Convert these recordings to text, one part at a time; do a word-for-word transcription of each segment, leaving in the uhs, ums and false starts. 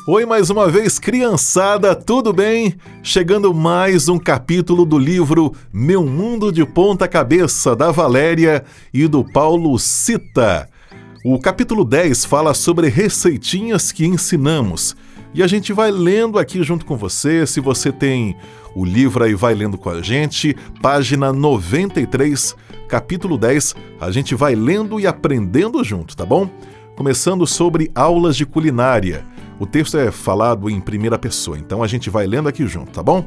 Oi mais uma vez, criançada, tudo bem? Chegando mais um capítulo do livro Meu Mundo de Ponta Cabeça, da Valéria e do Paulo Cita. O capítulo dez fala sobre receitinhas que ensinamos. E a gente vai lendo aqui junto com você. Se você tem o livro aí, vai lendo com a gente. Página noventa e três, capítulo dez. A gente vai lendo e aprendendo junto, tá bom? Começando sobre aulas de culinária. O texto é falado em primeira pessoa, então a gente vai lendo aqui junto, tá bom?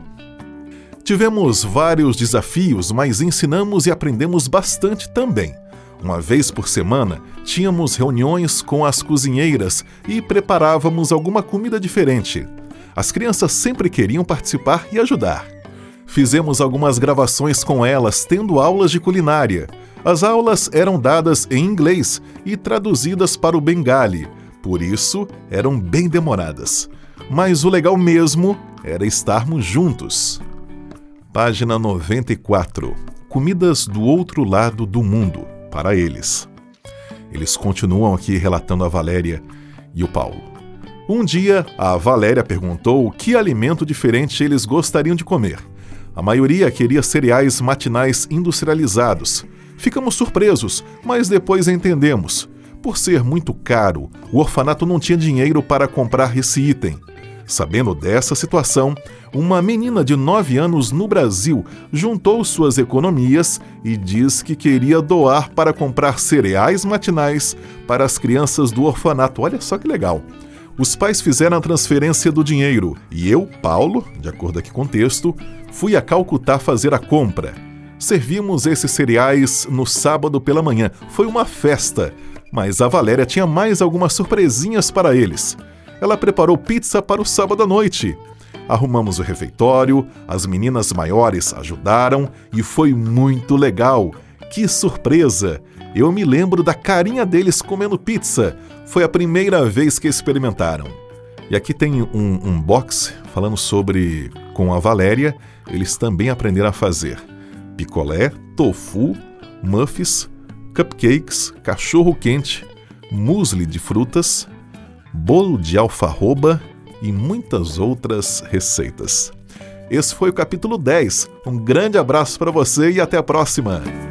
Tivemos vários desafios, mas ensinamos e aprendemos bastante também. Uma vez por semana, tínhamos reuniões com as cozinheiras e preparávamos alguma comida diferente. As crianças sempre queriam participar e ajudar. Fizemos algumas gravações com elas, tendo aulas de culinária. As aulas eram dadas em inglês e traduzidas para o bengali. Por isso, eram bem demoradas. Mas o legal mesmo era estarmos juntos. Página noventa e quatro. Comidas do outro lado do mundo, para eles. Eles continuam aqui relatando a Valéria e o Paulo. Um dia, a Valéria perguntou que alimento diferente eles gostariam de comer. A maioria queria cereais matinais industrializados. Ficamos surpresos, mas depois entendemos. Por ser muito caro, o orfanato não tinha dinheiro para comprar esse item. Sabendo dessa situação, uma menina de nove anos no Brasil juntou suas economias e diz que queria doar para comprar cereais matinais para as crianças do orfanato. Olha só que legal! Os pais fizeram a transferência do dinheiro e eu, Paulo, de acordo aqui com o texto, fui a Calcutá fazer a compra. Servimos esses cereais no sábado pela manhã. Foi uma festa. Mas a Valéria tinha mais algumas surpresinhas para eles. Ela preparou pizza para o sábado à noite. Arrumamos o refeitório, as meninas maiores ajudaram e foi muito legal. Que surpresa! Eu me lembro da carinha deles comendo pizza. Foi a primeira vez que experimentaram. E aqui tem um, um box falando sobre, com a Valéria, eles também aprenderam a fazer picolé, tofu, muffins, cupcakes, cachorro-quente, muesli de frutas, bolo de alfarroba e muitas outras receitas. Esse foi o capítulo dez. Um grande abraço para você e até a próxima!